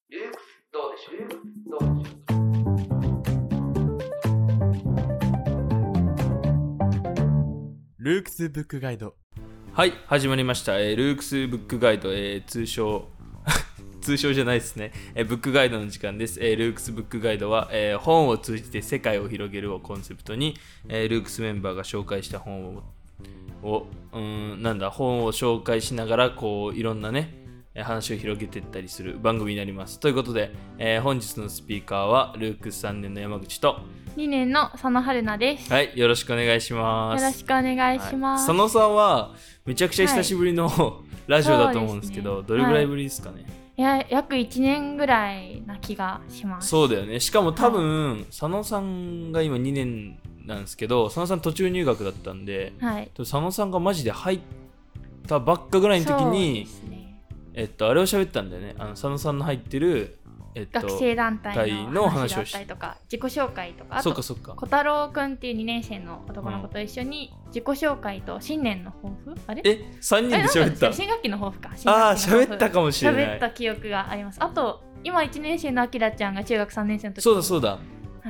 どうでしょう。 ルークスブックガイド。 はい、始まりました。ルークスブックガイド、通称じゃないですね。ブックガイドの時間です。ルークスブックガイドは、本を通じて世界を広げるをコンセプトに、ルークスメンバーが紹介した本を紹介しながらこういろんなね話を広げていったりする番組になります。ということで、本日のスピーカーはルークス3年の山口と 2年の佐野春菜です。 はい、よろしくお願いします。 よろしくお願いします。 佐野さんはめちゃくちゃ久しぶりの、ラジオだと思うんですけど、 そうですね、 どれぐらいぶりですかね。 いや、約1年ぐらいな気がします。 そうだよね。しかも多分、佐野さんが今2年なんですけど、佐野さん途中入学だったんで、佐野さんがマジで入ったばっかぐらいの時に、あれを喋ったんだよね。佐野さんの入ってる、 学生団体の話だったりとか、自己紹介とか、あと小太郎くんっていう2年生の男の子と一緒に自己紹介と新年の抱負、あれ 3人で喋った。 新学期の抱負か。 喋ったかもしれない。 喋った記憶があります。あと今1年生のあきらちゃんが中学3年生の時、 そうだ、はい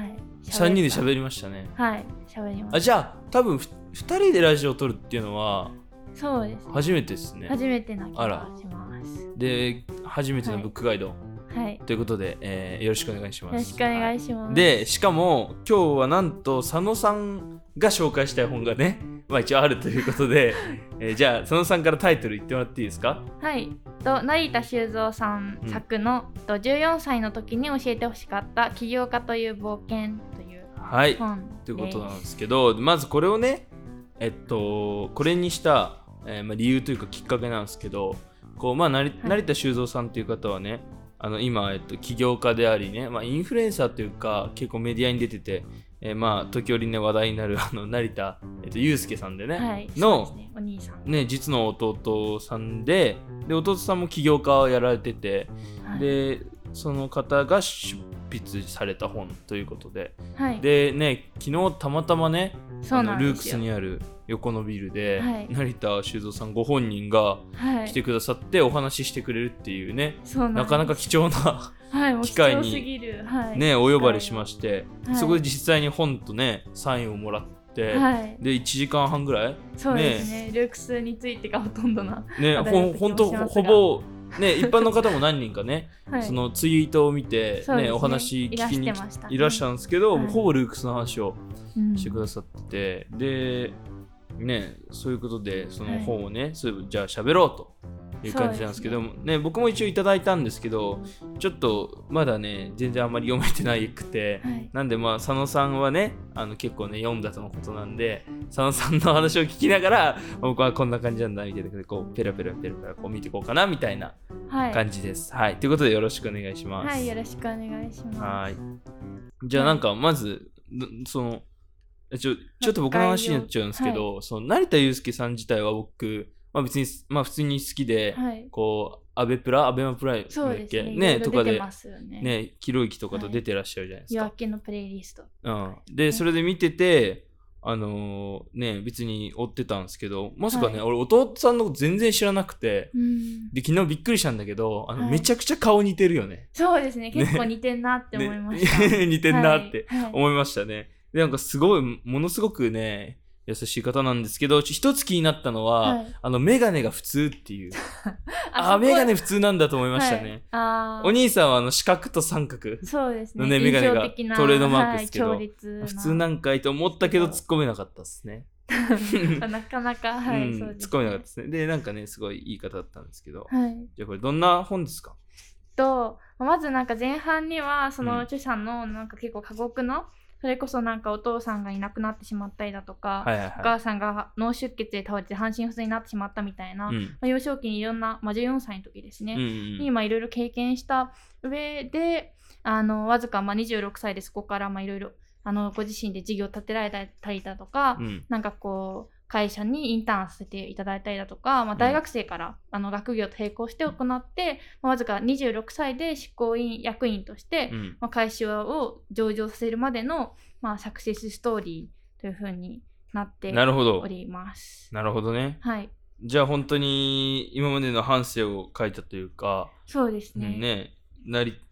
、3人で喋りましたね。 はい、喋りました。 じゃあ多分2人でラジオを撮るっていうのはそうです、ね、 初めてですね。 初めてな気がします。 で、初めてのブックガイド、 はい、 ということで、よろしくお願いします。 よろしくお願いします。 で、しかも今日はなんと佐野さんが紹介したい本がね、一応あるということで、じゃあ佐野さんからタイトル言ってもらっていいですか。 はい、成田修造さん作の、14歳の時に教えてほしかった起業家という冒険という本ということなんですけど、まずこれをね、これにした、理由というかきっかけなんですけど、成田修造さんっていう方はね、今、起業家でありね、インフルエンサーというか結構メディアに出てて、時折ね話題になる成田、祐介さんでね、 はい、 のね、お兄さんね、実の弟さんで弟さんも起業家をやられてて、はい、でその方が出筆された本ということで、 はい、 でね、昨日たまたまね、ルークスにある横のビルで、はい、成田修造さんご本人が来てくださってお話ししてくれるっていうね、なかなか貴重な機会に、ね、お呼ばれしまして、そこで実際に本とねサインをもらって、で1時間半ぐらい、 そうですね、ルークスについてがほとんどなね、ほぼね、一般の方も何人かね、そのツイートを見て、ね、お話聞きにいらっしゃるんですけど、ほぼルークスの話をしてくださってて、でね、そういうことでその本をね、じゃあ喋ろうという感じなんですけどもね、僕も一応いただいたんですけど、ちょっとまだね全然あんまり読めてないくて、なんで佐野さんはね結構ね読んだとのことなんで、佐野さんの話を聞きながら僕はこんな感じなんだみたいな、こうペラペラこう見ていこうかなみたいな感じです。はい、ということでよろしくお願いします。 はい、よろしくお願いします。 はい、じゃあなんかまずそのちょっと僕の話になっちゃうんですけど、その成田悠介さん自体は僕、別に普通に好きで、こうアベマプライムだっけねとかでね、ひろゆきとかと出てらっしゃるじゃないですか。 夜明けのプレイリスト。 でそれで見てて、ね、別に追ってたんですけど、まさかね、俺弟さんのこと全然知らなくて、で昨日びっくりしたんだけど、めちゃくちゃ顔似てるよね。 そうですね、結構似てんなって思いました。 似てんなって思いましたね。でなんかものすごくね優しい方なんですけど、一つ気になったのは、メガネが普通っていうメガネ普通なんだと思いましたね。お兄さんは四角と三角のねメガネがトレードマークですけど、普通なんかいと思ったけど突っ込めなかったですね。 なかなか、 突っ込めなかったですね。でなんかねすごいいい方だったんですけど、じゃあこれどんな本ですか。 まずなんか前半にはその著者のなんか結構過酷な、それこそなんかお父さんがいなくなってしまったりだとか、お母さんが脳出血で倒れて半身不随になってしまったみたいな、幼少期にいろんな、14歳の時ですね、にいろいろ経験した上でわずか26歳でそこからいろいろご自身で事業を立てられたりだとか、なんかこう会社にインターンさせていただいたりだとか、大学生から学業と並行して行って、わずか26歳で執行役員として、会社を上場させるまでの、サクセスストーリーというふうになっております。 なるほどね。 はい。 じゃあ本当に今までの半生を書いたというか、 そうですね。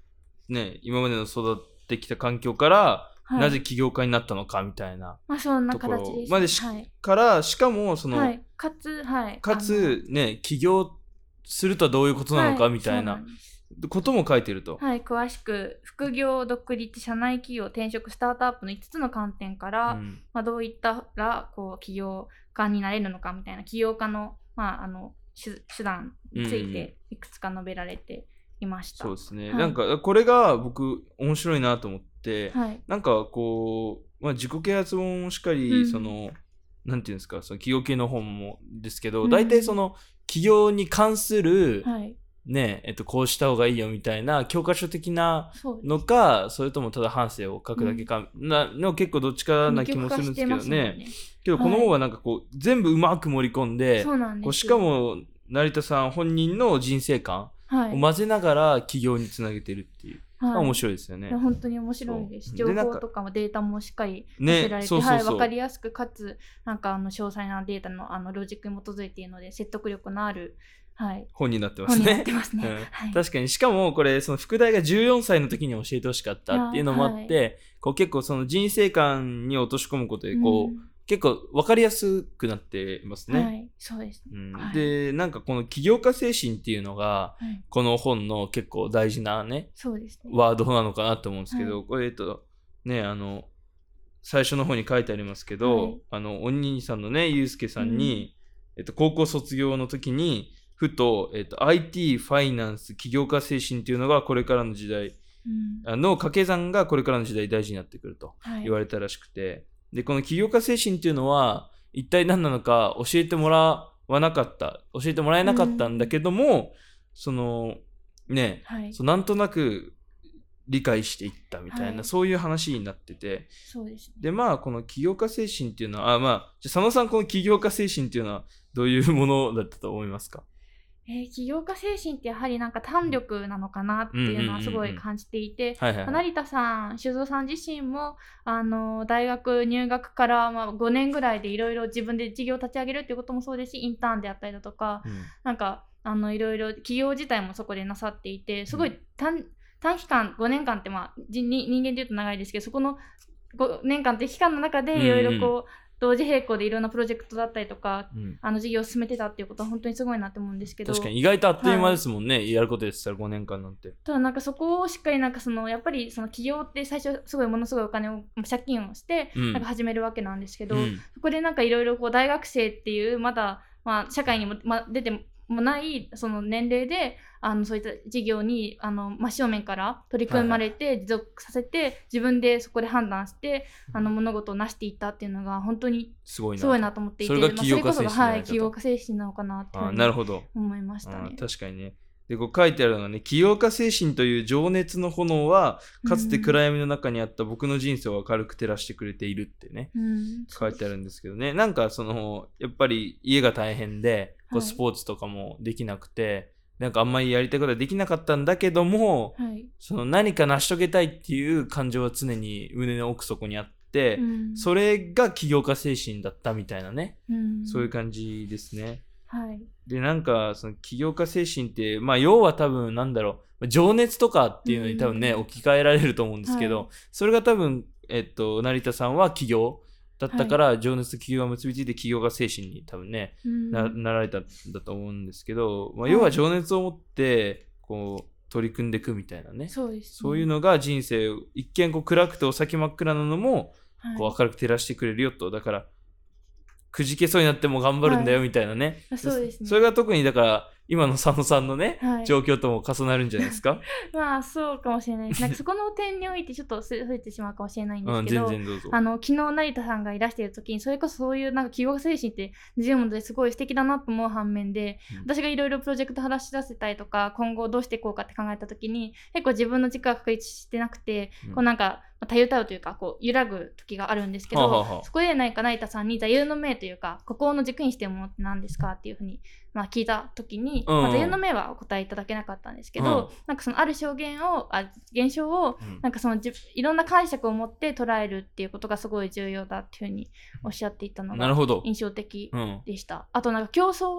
ね、今までの育ってきた環境から、なぜ起業家になったのかみたいなそんな形です。 までからしかもその、 かつね起業するとはどういうことなのかみたいなことも書いてると。 詳しく副業、独立、社内企業、転職、スタートアップの5つの観点から、どういったらこう起業家になれるのかみたいな起業家の、手段についていくつか述べられていました。 そうですね、なんかこれが僕面白いなと思って、なんかこう、自己啓発本もしっかり、そのなんていうんですか、その起業系の本もですけど、大体その起業に関する、ね、こうした方がいいよみたいな教科書的なのか、それともただ反省を書くだけかの結構どっちかな気もするんですけどね。けどこの本はなんかこう全部うまく盛り込んで、こうしかも成田さん本人の人生観を混ぜながら起業につなげてるっていう。面白いですよね。 本当に面白いです。情報とかもデータもしっかり載せられて、分かりやすくかつなんか詳細なデータのロジックに基づいているので説得力のある、 本になってますね。確かに、しかもこれその副題が14歳の時に教えてほしかったっていうのもあって、こう結構その人生観に落とし込むことでこう、結構分かりやすくなってますね。 そうですね。 で、なんかこの起業家精神っていうのが、この本の結構大事なね、ワードなのかなと思うんですけど、これね、最初の方に書いてありますけど、お兄さんのね、ゆうすけさんに、高校卒業の時に、ふと、IT、ファイナンス、起業家精神っていうのがこれからの時代の掛け算がこれからの時代大事になってくると言われたらしくて、で、この起業家精神っていうのは一体何なのか教えてもらえなかったんだけども、そのね、なんとなく理解していったみたいな、そういう話になってて、でこの起業家精神っていうのはじゃあ佐野さん、この起業家精神っていうのはどういうものだったと思いますか？ 起業家精神ってやはりなんか胆力なのかなっていうのはすごい感じていて、成田さん、修造さん自身も大学入学から5年ぐらいでいろいろ自分で事業を立ち上げるっていうこともそうですし、インターンであったりだとか、なんかいろいろ企業自体もそこでなさっていて、すごい短期間5年間って人間で言うと長いですけど、そこの5年間って期間の中でいろいろこう、同時並行でいろんなプロジェクトだったりとか、事業を進めてたっていうことは本当にすごいなって思うんですけど、 確かに意外とあっという間ですもんね、やることでしたら5年間なんて。 ただなんかそこをしっかりなんかやっぱりその起業って最初すごいものすごいお金を借金をしてなんか始めるわけなんですけど、そこでなんかいろいろ大学生っていうまだ社会にも出てもないその年齢でそういった事業に真正面から取り組まれて持続させて、自分でそこで判断して物事を成していったっていうのが本当にすごいなと思っていて、 それが起業家精神起業家精神なのかなって思いましたね。 確かにね。でこう書いてあるのはね、起業家精神という情熱の炎はかつて暗闇の中にあった僕の人生を明るく照らしてくれているってね、書いてあるんですけどね、なんかやっぱり家が大変でこうスポーツとかもできなくて、なんかあんまりやりたいことはできなかったんだけども、その何か成し遂げたいっていう感情は常に胸の奥底にあって、それが起業家精神だったみたいなね、そういう感じですね。でなんかその起業家精神って要は多分なんだろう、情熱とかっていうのに多分ね、置き換えられると思うんですけど、それが多分成田さんは起業だったから、情熱と起業が結びついて起業家精神に多分ね、なられたんだと思うんですけど、要は情熱を持ってこう取り組んでいくみたいなね、そういうのが人生を一見こう暗くてお先真っ暗なのもこう明るく照らしてくれるよと、だからくじけそうになっても頑張るんだよみたいなね、 そうですね。 それが特にだから今の佐野さんのね、状況とも重なるんじゃないですか。 そうかもしれないです。なんかそこの点においてちょっと増えてしまうかもしれないんですけど、 全然どうぞ。 昨日成田さんがいらしている時にそれこそそういうなんか起業家精神って自分ですごい素敵だなと思う反面で、私がいろいろプロジェクト話し出せたりとか今後どうしていこうかって考えた時に結構自分の軸が確立してなくて、こうなんかたゆたうというかこう揺らぐ時があるんですけど、そこで成田さんに座右の銘というかここの軸にしてるものって何ですかっていうふうに聞いた時に、座右の銘はお答えいただけなかったんですけど、なんかそのある現象をなんかそのいろんな解釈を持って捉えるっていうことがすごい重要だっていうふうにおっしゃっていたのが印象的でした。あとなんか競争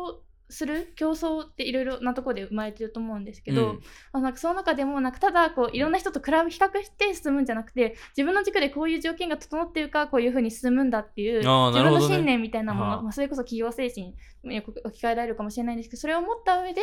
する競争っていろいろなところで生まれてると思うんですけど、なんかその中でもなんかただこういろんな人と比較して進むんじゃなくて、自分の軸でこういう条件が整っているからこういうふうに進むんだっていう、自分の信念みたいなもの、それこそ企業精神に置き換えられるかもしれないんですけど、それを持った上で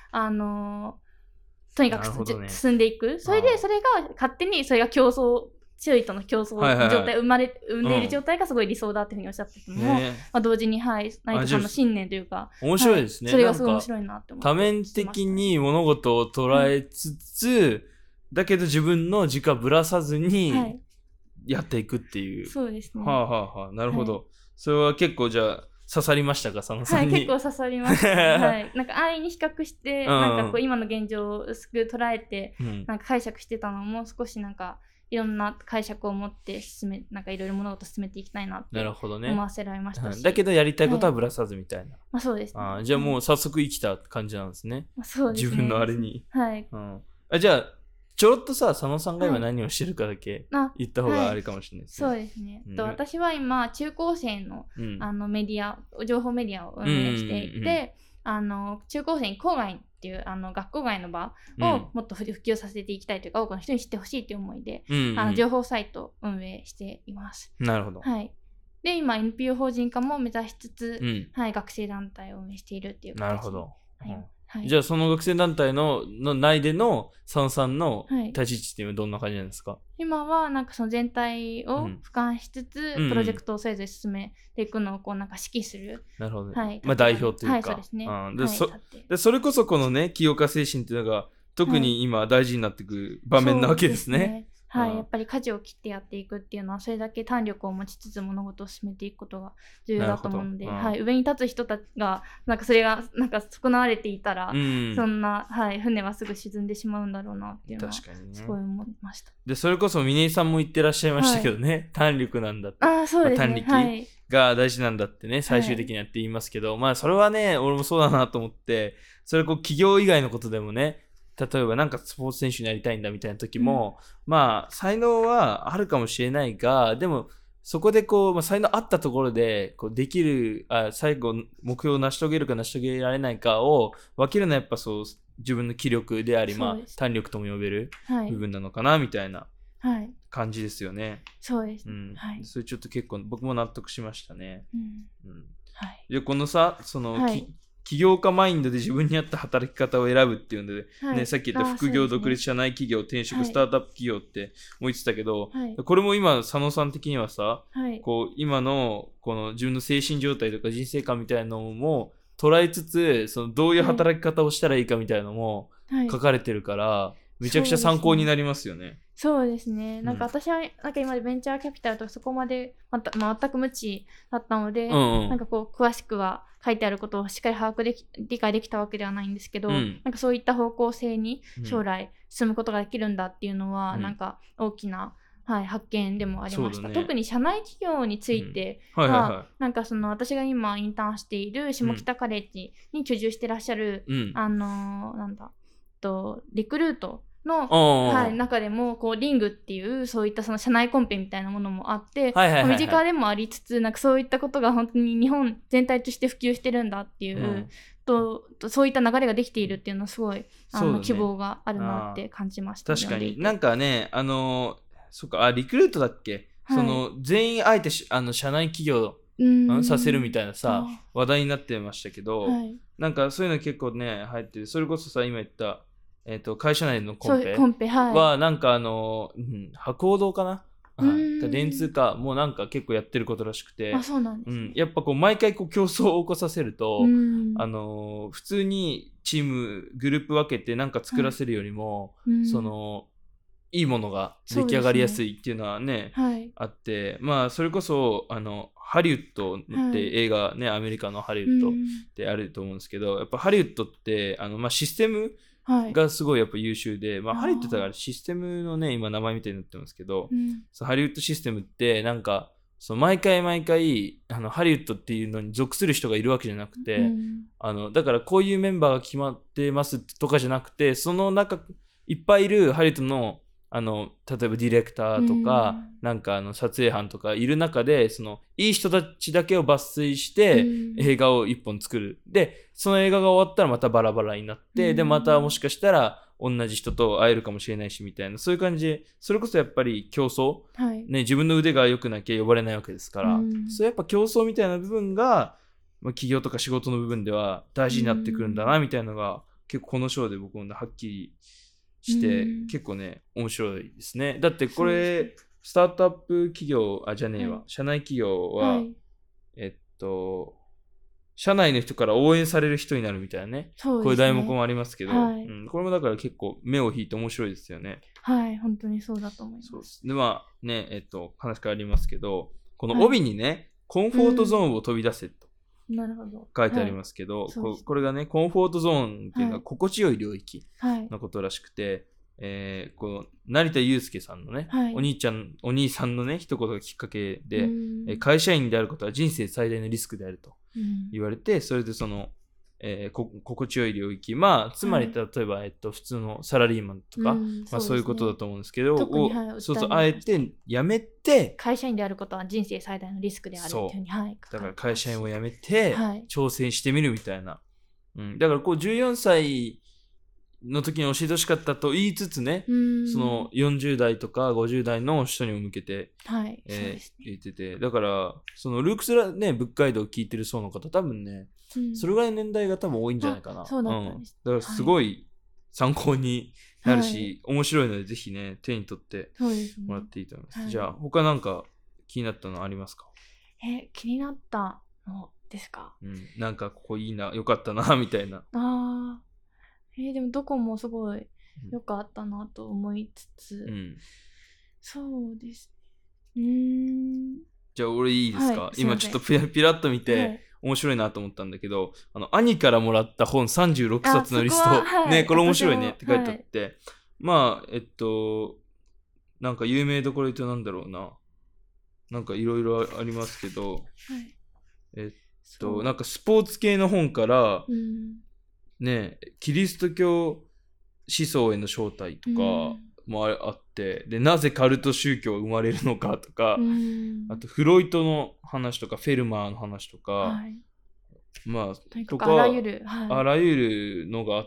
とにかく進んでいく。それでそれが勝手にそれが競争、周囲との競争状態、生んでいる状態がすごい理想だっていうふうにおっしゃってたのも、同時に、ナイトさんの信念というか、 面白いですね。 それがすごい面白いなって思って。 多面的に物事を捉えつつ、だけど自分の軸はぶらさずにやっていくっていう。 そうですね。 なるほど。それは結構じゃあ、刺さりましたか、佐野さんに。 結構刺さりました。なんか安易に比較して、なんかこう今の現状を薄く捉えて、なんか解釈してたのも少しなんか、いろんな解釈を持ってなんかいろいろ物事を進めていきたいなって思わせられましたし、 だけどやりたいことはぶらさずみたいな。 そうですね。 じゃあもう早速生きた感じなんですね。 そうですね。 自分のあれに。じゃあちょろっとさ、佐野さんが今何をしてるかだけ言った方があれかもしれないですね。 そうですね。私は今中高生のメディア、情報メディアを運営していて、中高生に郊外っていう学校外の場をもっと普及させていきたいというか、多くの人に知ってほしいという思いで、情報サイトを運営しています。 なるほど。 で今 NPO 法人化も目指しつつ、学生団体を運営しているっていう形で。 なるほど。じゃあその学生団体の内での佐野さんの立ち位置っていうのはどんな感じなんですか？ 今はなんかその全体を俯瞰しつつ、プロジェクトをそれぞれ進めていくのをこうなんか指揮する。 なるほど。代表というか。 そうですね。 でそれこそこのね、起業家精神っていうのが特に今大事になってくる場面なわけですね。 やっぱり舵を切ってやっていくっていうのはそれだけ胆力を持ちつつ物事を進めていくことが重要だと思うので、上に立つ人たちがなんかそれがなんか損なわれていたら、そんな、船はすぐ沈んでしまうんだろうなっていうのはすごい思いました。 でそれこそ峰井さんも言ってらっしゃいましたけどね、胆力なんだって。 そうですね。 胆力が大事なんだってね、最終的にはって言いますけど、それはね、俺もそうだなと思って、それ企業以外のことでもね、例えばなんかスポーツ選手になりたいんだみたいな時も、才能はあるかもしれないが、でもそこで才能あったところでできる、最後目標を成し遂げるか成し遂げられないかを分けるのはやっぱそう自分の気力であり、胆力とも呼べる部分なのかなみたいな感じですよね。 そうです。 それちょっと結構僕も納得しましたね。でこのさ、その、起業家マインドで自分に合った働き方を選ぶっていうので、さっき言った副業、独立社内企業、転職、スタートアップ企業っても言ってたけど、これも今佐野さん的にはさ、今のこの自分の精神状態とか人生観みたいなのも捉えつつ、そのどういう働き方をしたらいいかみたいなのも書かれてるから、めちゃくちゃ参考になりますよね。 そうですね。なんか私はなんか今までベンチャーキャピタルとかそこまで全く無知だったので、なんか詳しくは書いてあることをしっかり理解できたわけではないんですけど、なんかそういった方向性に将来進むことができるんだっていうのは、なんか大きな、発見でもありました。特に社内企業については、なんかその私が今インターンしている下北カレッジに居住してらっしゃる、リクルートの、中でもリングっていうそういったその社内コンペみたいなものもあって、身近でもありつつ、なんかそういったことが本当に日本全体として普及してるんだっていう、そういった流れができているっていうのはすごい希望があるなって感じました。 確かになんかね、リクルートだっけ、その全員あえて社内企業させるみたいなさ話題になってましたけど、なんかそういうの結構ね入ってる。それこそさ今言った会社内のコンペはなんか博報堂かな、電通かもうなんか結構やってることらしくて、やっぱ毎回競争を起こさせると、普通にチームグループ分けてなんか作らせるよりも、そのいいものが出来上がりやすいっていうのはね、あって、それこそハリウッドって映画ね、アメリカのハリウッドってあると思うんですけど、やっぱハリウッドってシステムがすごいやっぱ優秀で、ハリウッドだからシステムのね今名前みたいになってますけど、ハリウッドシステムってなんか毎回ハリウッドっていうのに属する人がいるわけじゃなくて、だからこういうメンバーが決まってますとかじゃなくて、その中いっぱいいるハリウッドの例えばディレクターとか、なんか撮影班とかいる中で、いい人たちだけを抜粋して、映画を一本作る。で、その映画が終わったらまたバラバラになって、で、またもしかしたら同じ人と会えるかもしれないし、みたいな、そういう感じで、それこそやっぱり競争、ね、自分の腕が良くなきゃ呼ばれないわけですから、そうやっぱ競争みたいな部分が、企業とか仕事の部分では大事になってくるんだな、みたいなのが、結構この章で僕もはっきりして、結構ね、面白いですね。だってこれ、スタートアップ企業、社内企業は、社内の人から応援される人になるみたいなね。こういう題目もありますけど、これもだから結構目を引いて面白いですよね。 はい、本当にそうだと思います。そうです。 で、まあね、話変わりますけど、この帯にね、コンフォートゾーンを飛び出せと。 なるほど。 書いてありますけど、これがね、コンフォートゾーンっていうのは心地よい領域のことらしくて、この成田悠介さんのね、お兄さんのね、一言がきっかけで、会社員であることは人生最大のリスクであると言われて、それで心地よい領域、まあつまり例えば、普通のサラリーマンとか、まあそういうことだと思うんですけど、あえてやめて、 会社員であることは人生最大のリスクであるっていうふうに、 だから会社員を辞めて挑戦してみるみたいな、だからこう14歳の時に教えてほしかったと言いつつね、その40代とか50代の人にも向けて、言ってて、だからそのルークスラね、ブックガイドを聞いてる層の方多分ね、それぐらいの年代が多分多いんじゃないかな。 そうだったんです。 だからすごい参考になるし、面白いのでぜひね、手に取ってもらっていいと思います。じゃあ他なんか気になったのありますか？ 気になったのですか？ なんかここいいな、よかったなみたいな。 でもどこもすごい良かったなと思いつつ、そうですね。 じゃあ俺いいですか？今ちょっとピラッと見て、面白いなと思ったんだけど、兄からもらった本36冊のリスト、ね、これ面白いねって書いてあって、まあなんか有名どころ言うとなんだろうな、なんかいろいろありますけど、なんかスポーツ系の本から、ね、キリスト教思想への招待とかもあって、でなぜカルト宗教が生まれるのかとか、あとフロイトの話とかフェルマーの話とか、まあとかあらゆるのがあって、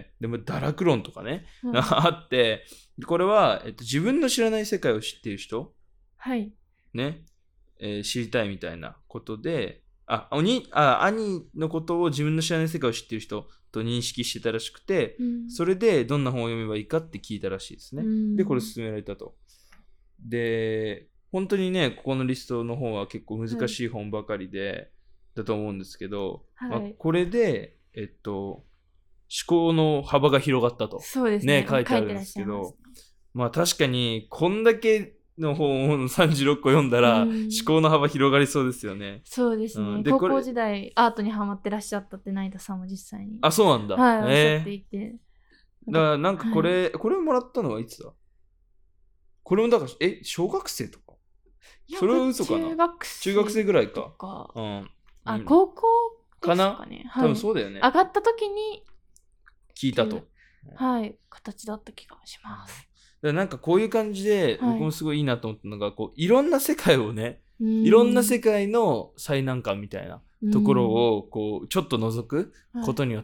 でも堕落論とかね、あって、これは、自分の知らない世界を知っている人、ね、知りたいみたいなことで、兄のことを自分の知らない世界を知っている人と認識してたらしくて、それでどんな本を読めばいいかって聞いたらしいですね。で、これ勧められたと。で、本当にね、ここのリストの本は結構難しい本ばかりで、だと思うんですけど、これで、思考の幅が広がったと。 そうですね。 書いてあるんですけど、まあ確かに、こんだけの本を36個読んだら思考の幅広がりそうですよね。 そうですね。高校時代アートにハマってらっしゃったって成田さんも実際に。 そうなんだ。 おっしゃっていて。 だからなんかこれをもらったのはいつだ？これもだから小学生とか？それは嘘かな？中学生ぐらいか。 高校かな？多分そうだよね。 上がった時に聞いたと。 形だった気がします。 なんかこういう感じで、僕もすごいいいなと思ったのが、こういろんな世界をね、いろんな世界の最難関みたいなところをこうちょっと覗くことによって、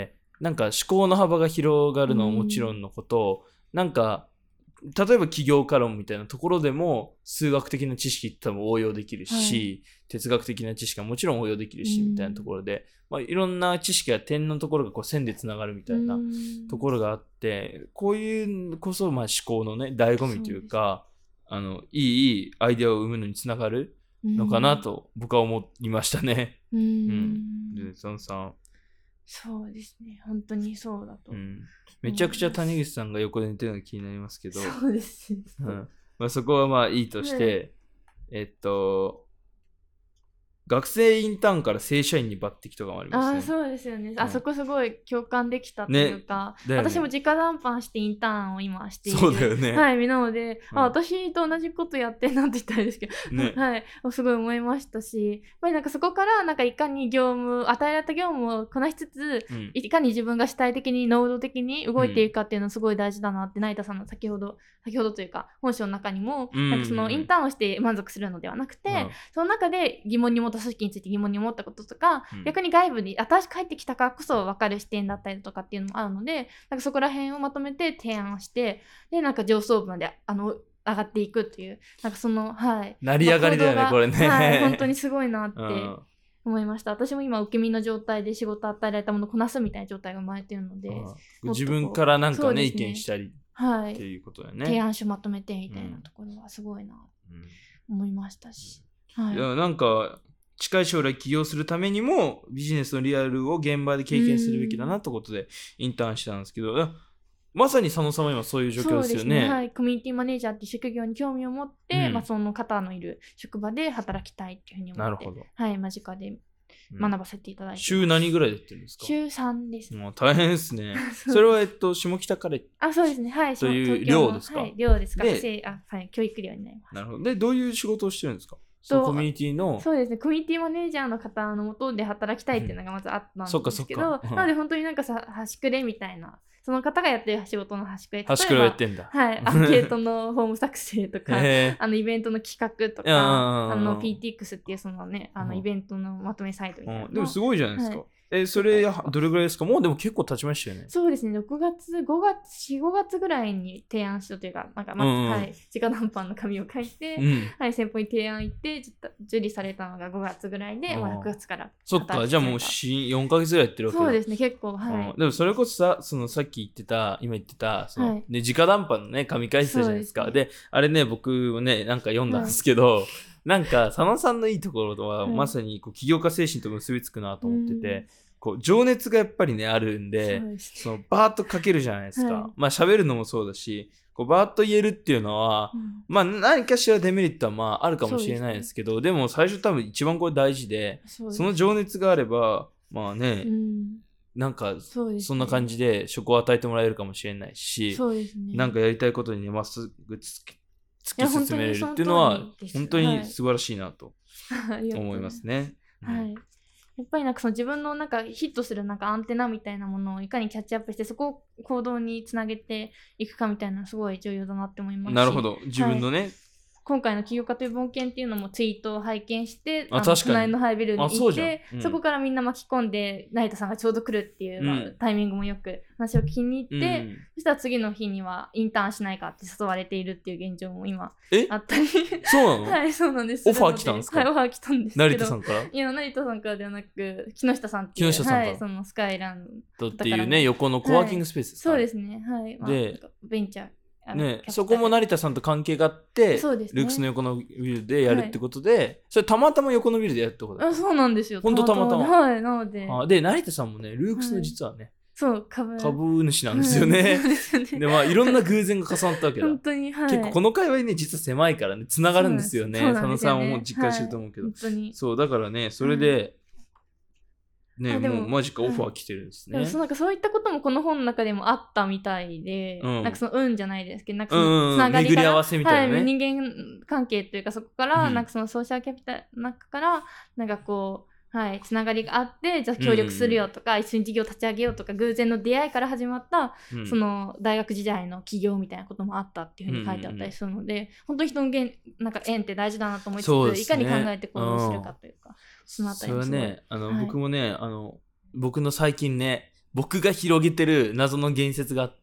なんか思考の幅が広がるのはもちろんのこと、なんか例えば起業家論みたいなところでも数学的な知識って多分応用できるし、哲学的な知識はもちろん応用できるし、みたいなところで、いろんな知識や点のところがこう線でつながるみたいなところがあって、こういうこそ思考のね醍醐味というか、いいアイデアを生むのにつながるのかなと僕は思いましたね。で、ゾンさん。 そうですね、本当にそうだと。 めちゃくちゃ谷口さんが横で寝てるのが気になりますけど、 そうですね。 そこはまあいいとして、 学生インターンから正社員に抜擢とかもありますね。 そうですよね、あそこすごい共感できたというか、ね、私も直談判してインターンを今している、 そうだよね、 はい、なので、私と同じことやってんなって言ったらですけど、ね、はい、すごい思いましたし、やっぱりなんかそこからなんかいかに与えられた業務をこなしつつ、いかに自分が主体的に能動的に動いていくかっていうのすごい大事だなって、成田さんの先ほどというか本書の中にも、なんかそのインターンをして満足するのではなくて、その中で疑問に思った組織について疑問に思ったこととか、逆に外部に新しく入ってきたからこそ分かる視点だったりとかっていうのもあるので、なんかそこら辺をまとめて提案して、でなんか上層部まで上がっていくという、なんかその、はい、 成り上がりだよね、これね、 はい、本当にすごいなって思いました。私も今受け身の状態で仕事与えられたものをこなすみたいな状態が生まれているので、 自分からなんかね、意見したりはい、 っていうことだよね。 提案書まとめてみたいなところはすごいな思いましたし、はい、 いやなんか近い将来起業するためにもビジネスのリアルを現場で経験するべきだなってことでインターンしたんですけど、まさに佐野さんは今そういう状況ですよね。そうですね、 はい、コミュニティマネージャーっていう職業に興味を持って、その方のいる職場で働きたいっていうふうに思って、 なるほど、 はい、間近で学ばせていただいて、 週何ぐらいでやってるんですか？ 週3です。 もう大変ですね。それは下北からそうですね、はい、 という寮ですか？ はい、寮です。学生はい、教育寮になります。 なるほど。でどういう仕事をしてるんですか？コミュニティのそうですね、コミュニティマネージャーの方の元で働きたいっていうのがまずあったんですけど、なので本当になんか端くれみたいな、その方がやってる仕事の端くれ、 端くれをやってんだ、 はい、アンケートのフォーム作成とかイベントの企画とかPTX っていうそのねイベントのまとめサイトみたいな、 でもすごいじゃないですか、それどれぐらいですか？もうでも結構経ちましたよね。 そうですね、5月ぐらいに提案したというか、なんかはい、直談判の紙を書いて、はい、先方に提案行って受理されたのが5月ぐらいで、6月からそっか、じゃあもう4ヶ月ぐらいやってるわけだ。 そうですね、結構、はい、 でもそれこそさっき今言ってたね、直談判のね紙書いてたじゃないですか。であれね、僕もねなんか読んだんですけど、なんか佐野さんのいいところとは、まさに起業家精神と結びつくなと思ってて、情熱がやっぱりねあるんで、バーッと書けるじゃないですか。まあ喋るのもそうだし、バーッと言えるっていうのは、まあ何かしらデメリットはあるかもしれないですけど、でも最初多分一番これ大事で、その情熱があればまあね、なんかそんな感じで職を与えてもらえるかもしれないし、なんかやりたいことにねまっすぐ突き進めれるっていうのは本当に素晴らしいなと思いますね。 はい、やっぱりなんかその自分のなんかヒットするなんかアンテナみたいなものをいかにキャッチアップして、そこを行動につなげていくかみたいなのはすごい重要だなって思いますし。 なるほど、自分のね、 今回の起業家という冒険っていうのもツイートを拝見して、隣のハイビルに行って、そこからみんな巻き込んで成田さんがちょうど来るっていう、タイミングもよく話を聞きに行って、そしたら次の日にはインターンしないかって誘われているっていう現状も今あったり。 そうなの？ はい、そうなんです。 オファー来たんですか？ はい、オファー来たんですけど。 成田さんから？ いや、成田さんからではなく木下さんっていう、はい、そのスカイランドっていうね、横のコワーキングスペースですか？ そうですね、はい。で、ベンチャーね、そこも成田さんと関係があって、ルークスの横のビルでやるってことで、それたまたま横のビルでやるってことだった。 そうなんですよ。 本当たまたま。 はい、なので。 で、成田さんもね、ルークスの実はね、 そう株主なんですよね。で、まあいろんな偶然が重なったわけだ。 本当に、はい。 結構この界隈ね、実は狭いからね、つながるんですよね。佐野さんも実感してると思うけど。 本当に。 そう、だからね、それで、ね、もうマジかオファー来てるんですね。 なんかそういったこともこの本の中でもあったみたいで、なんかその運じゃないですけど、なんかそのつながりから、 巡り合わせみたいなね、 人間関係というかそこから、なんかそのソーシャルキャピタルの中からなんかこう、はい、つながりがあって、じゃあ協力するよとか、一緒に事業立ち上げようとか、偶然の出会いから始まった、その大学時代の起業みたいなこともあったっていうふうに書いてあったりするので、本当に人のなんか縁って大事だなと思いつつ、いかに考えて行動するかというか、そのあたりもすごい。それはね、 僕もね、僕の最近ね、僕が広げてる謎の言説があって、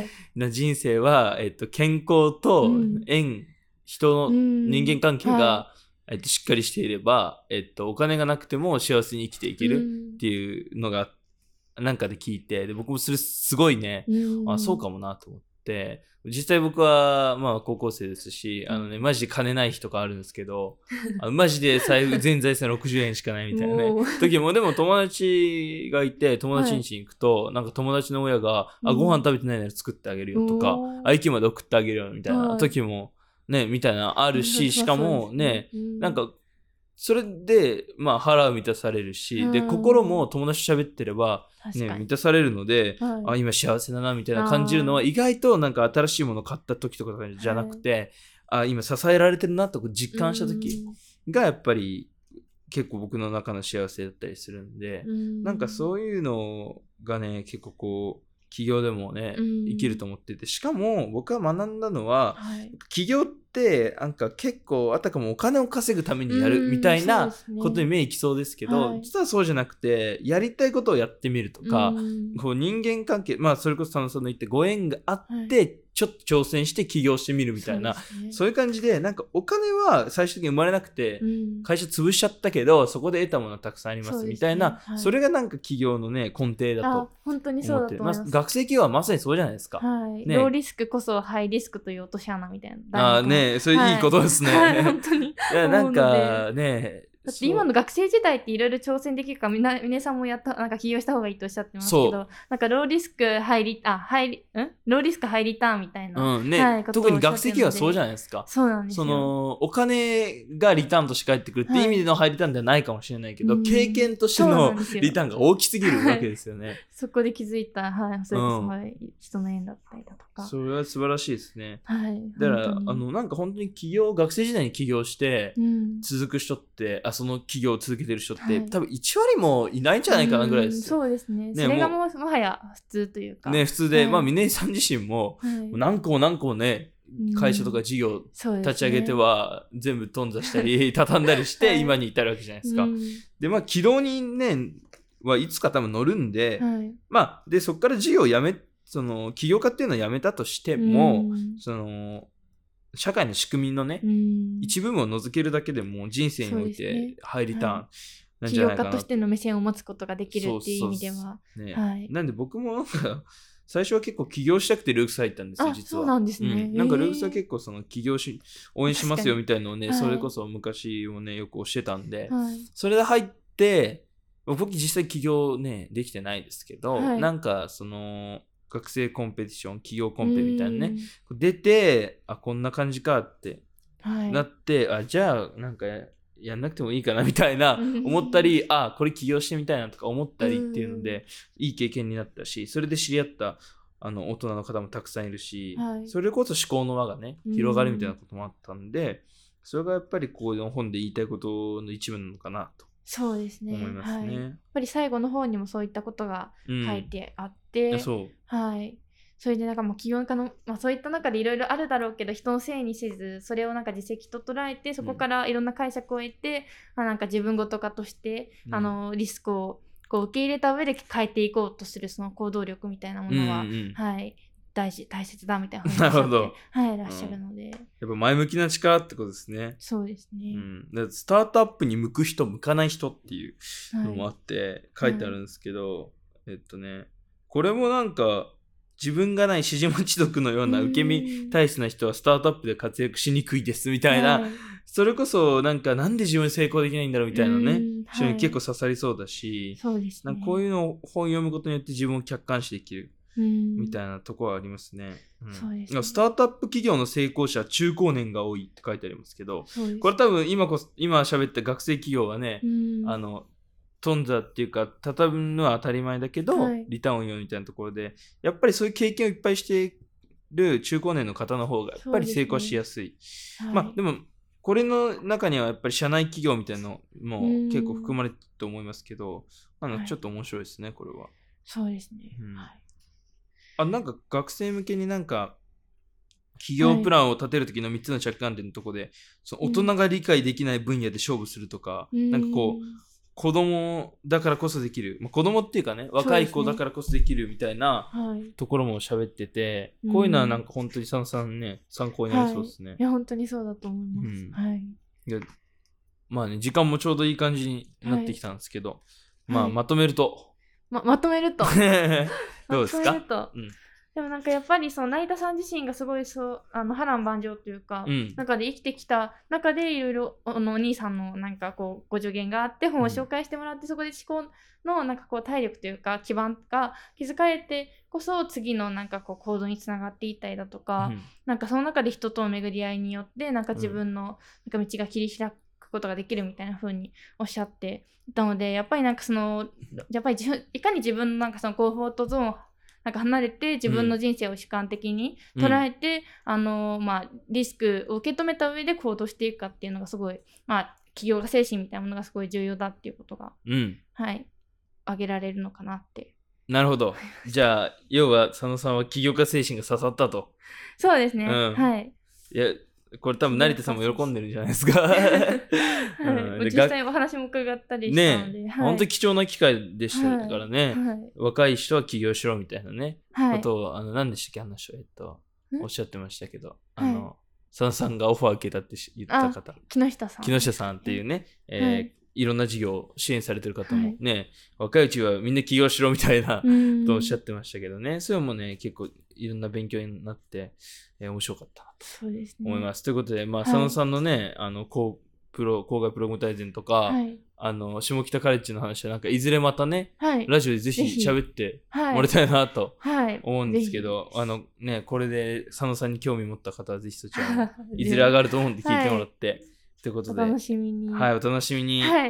人生は、健康と人の人間関係が、しっかりしていれば、お金がなくても幸せに生きていけるっていうのがなんかで聞いて、で僕もそれすごいね、そうかもなと思って、実際僕はまあ高校生ですし、マジで金ない日とかあるんですけど、マジで全財産60円しかないみたいなね時も、でも友達がいて、友達ん家に行くと、なんか友達の親が、ご飯食べてないなら作ってあげるよとか、駅まで送ってあげるよみたいな時もね、みたいなあるし、しかもね、なんかそれで、まあ、腹を満たされるし、で、心も友達と喋ってれば、ね、満たされるので、あ、今幸せだな、みたいな感じるのは、意外となんか新しいものを買った時とかじゃなくて、あ、今支えられてるなと実感した時が、やっぱり、結構僕の中の幸せだったりするんで、なんかそういうのがね、結構こう、企業でもね、生きると思ってて、しかも僕が学んだのは、企業ってなんか結構あたかもお金を稼ぐためにやるみたいなことに目いきそうですけど、実はそうじゃなくて、やりたいことをやってみるとか、こう人間関係、まあそれこそ佐野さんの言ってご縁があって、ちょっと挑戦して起業してみるみたいな、そういう感じで、なんかお金は最終的に生まれなくて、会社潰しちゃったけど、そこで得たものはたくさんありますみたいな、それがなんか起業のね、根底だと本当にそうだと思います。 学生企業はまさにそうじゃないですか。 ローリスクこそハイリスクという落とし穴みたいな。 ね、それいいことですね。 本当に。 なんかね、 だって今の学生時代っていろいろ挑戦できるから、皆さんもなんか起業した方がいいとおっしゃってますけど、なんかローリスクハイリターンみたいな、 特に学生企業はそうじゃないですか。 そうなんですよ。 お金がリターンとして返ってくるって意味でのハイリターンではないかもしれないけど、経験としてのリターンが大きすぎるわけですよね。 そこで気づいた、それこそ人の縁だったりだとか。 それは素晴らしいですね。だからなんか本当に学生時代に起業して続く人って、その企業を続けてる人って、多分1割もいないんじゃないかなぐらいですよ。 そうですね。それがもはや普通というか。 ね、普通で、峰井さん自身も、何個もね、会社とか事業立ち上げては、全部頓挫したり、畳んだりして、今に至るわけじゃないですか。で、軌道にね、いつか多分乗るんで、で、そこから事業を起業家っていうのをやめたとしても、社会の仕組みのね、一部分を除けるだけでも人生においてハイリターンなんじゃないかな。 起業家としての目線を持つことができるっていう意味では。 なんで僕もなんか、最初は結構起業したくてルークス入ったんですよ、実は。 そうなんですね。 なんかルークスは結構起業応援しますよみたいなのをね、それこそ昔もね、よく教えたんで、それで入って、僕実際起業ね、できてないですけど、なんか学生コンペティション、企業コンペみたいなね、出て、こんな感じかってなって、じゃあなんかやんなくてもいいかなみたいな思ったり、これ起業してみたいなとか思ったりっていうので、いい経験になったし、それで知り合った大人の方もたくさんいるし、それこそ思考の輪がね、広がるみたいなこともあったんで、それがやっぱりこう本で言いたいことの一部なのかなと。 そうですね。 思いますね。 やっぱり最後の方にもそういったことが書いてあって、それでなんかもう起業家の、そういった中でいろいろあるだろうけど、人のせいにせず、それをなんか自責と捉えて、そこからいろんな解釈を得て、なんか自分ごと化として、リスクをこう受け入れた上で変えていこうとするその行動力みたいなものは、大切だみたいな話をしていらっしゃるので、 やっぱ前向きな力ってことですね。 そうですね。 だスタートアップに向く人向かない人っていうのもあって書いてあるんですけど、これもなんか自分がない指示待ち族のような受け身体質な人はスタートアップで活躍しにくいですみたいな、それこそなんで自分成功できないんだろうみたいなね、人に結構刺さりそうだし、なんかこういうのを本読むことによって自分を客観視できるみたいなところはありますね。スタートアップ企業の成功者は中高年が多いって書いてありますけど、これ多分今喋った学生企業はね、頓挫っていうか畳むのは当たり前だけど、リターンを言うみたいなところで、やっぱりそういう経験をいっぱいしている中高年の方の方がやっぱり成功しやすい。でもこれの中にはやっぱり社内企業みたいなのも結構含まれてると思いますけど、ちょっと面白いですね、これは。 そうですね。 なんか学生向けになんか企業プランを立てるときの3つの着眼点のところで、大人が理解できない分野で勝負するとか、なんかこう子供だからこそできる、子供っていうかね、若い子だからこそできるみたいなところも喋ってて、こういうのはなんか本当に佐野さんね、参考になりそうですね。 いや本当にそうだと思います。時間もちょうどいい感じになってきたんですけど、まとめるとまとめるとどうですか？ でもなんかやっぱり成田さん自身がすごい波乱万丈というか、中で生きてきた中でいろいろお兄さんのなんかこうご助言があって本を紹介してもらって、そこで思考のなんかこう体力というか基盤が築かれてこそ次のなんかこう行動につながっていったりだとか、なんかその中で人との巡り合いによってなんか自分のなんか道が切り開くことができるみたいな風におっしゃっていたので、やっぱりなんかやっぱりいかに自分のなんかそのコンフォートゾーンをなんか離れて自分の人生を主観的に捉えて、リスクを受け止めた上で行動していくかっていうのがすごい、企業精神みたいなものがすごい重要だっていうことが、はい、挙げられるのかなって。 なるほど。じゃあ要は佐野さんは起業家精神が刺さったと。 そうですね、はい。 いやこれ多分成田さんも喜んでるんじゃないですか。 実際お話も伺ったりしたので、 本当に貴重な機会でしたからね、若い人は起業しろみたいなね、ことを何でしたっけ話をおっしゃってましたけど、佐野さんがオファー受けたって言った方、 木下さんっていうね、いろんな事業を支援されてる方もね、若いうちはみんな起業しろみたいなとおっしゃってましたけどね、それもね結構いろんな勉強になって、面白かったなと思います。ということで、佐野さんのね、郊外プログ大全とか、下北カレッジの話はなんかいずれまたね、ラジオでぜひ喋ってもらいたいなと思うんですけど、これで佐野さんに興味持った方はぜひそちらもいずれ上がると思うんで聞いてもらって。ということで、 お楽しみに。 はい、お楽しみに。はい。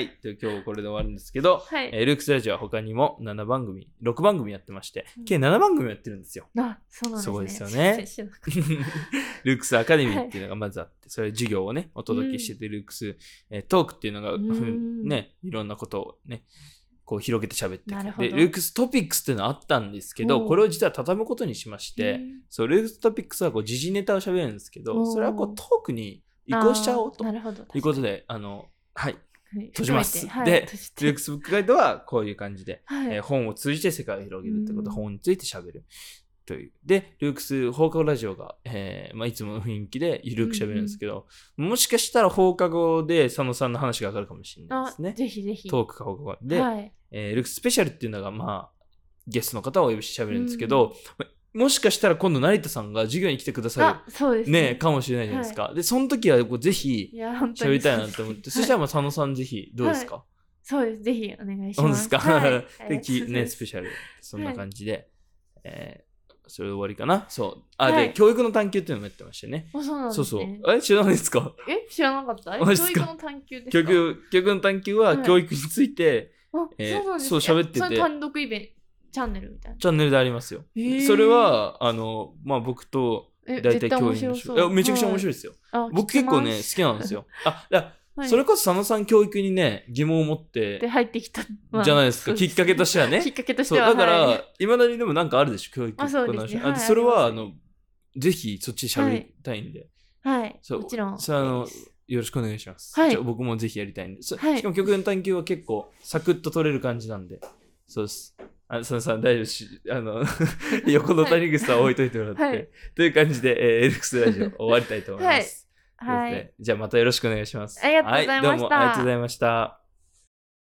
今日これで終わるんですけど、ルークスラジオは他にも6番組やってまして、計7番組やってるんですよ。 そうなんですね。 すごいですよね。ルークスアカデミーっていうのがまずあって、それ授業をね、お届けしてて、ルークストークっていうのが、ね、いろんなことをね、こう広げて喋ってで、ルークストピックスっていうのはあったんですけど、これを実は畳むことにしまして、ルークストピックスはこう時事ネタを喋るんですけど、それはこうトークに移行しちゃおうということで、はい、閉じます。で、ルークスブックガイドはこういう感じで、本を通じて世界を広げるということ、本について喋るという。で、ルークス放課後ラジオが、いつもの雰囲気でゆるく喋るんですけど、もしかしたら放課後で佐野さんの話が上がるかもしれないですね。 ぜひぜひ。 トークか放課後で、ルークススペシャルっていうのが、ゲストの方をお呼びして喋るんですけど、もしかしたら今度成田さんが授業に来てくださる、ね、かもしれないじゃないですか。で、その時はぜひ喋りたいなと思って、そしたら佐野さんぜひどうですか？ そうです。ぜひお願いします。 そうですか。で、スペシャル。そんな感じで、それで終わりかな。そう。で、教育の探求っていうのもやってましてね。 そうなんですね。 知らないですか？ 知らなかった？教育の探求ですか？ 教育の探求は教育について、そう喋ってて。 それ単独イベント。チャンネルみたいな。 チャンネルでありますよ。それは、僕と大体教員のめちゃくちゃ面白いですよ。僕結構ね、好きなんですよ。それこそ佐野さん教育にね、疑問を持って。 で、入ってきた。 じゃないですか。きっかけとしてはね。 きっかけとしては。 だから、いまだにでもなんかあるでしょ、教育。 そうですね。 それは、ぜひそっちで喋りたいんで。 はい。もちろん。 よろしくお願いします。僕もぜひやりたいんで。しかも教育の探求は結構、サクッと取れる感じなんで。そうです。佐野さん大丈夫し、横の谷口さん置いといてもらって、という感じで、ルークスラジオ終わりたいと思います。じゃあまたよろしくお願いします。 ありがとうございました。 どうもありがとうございました。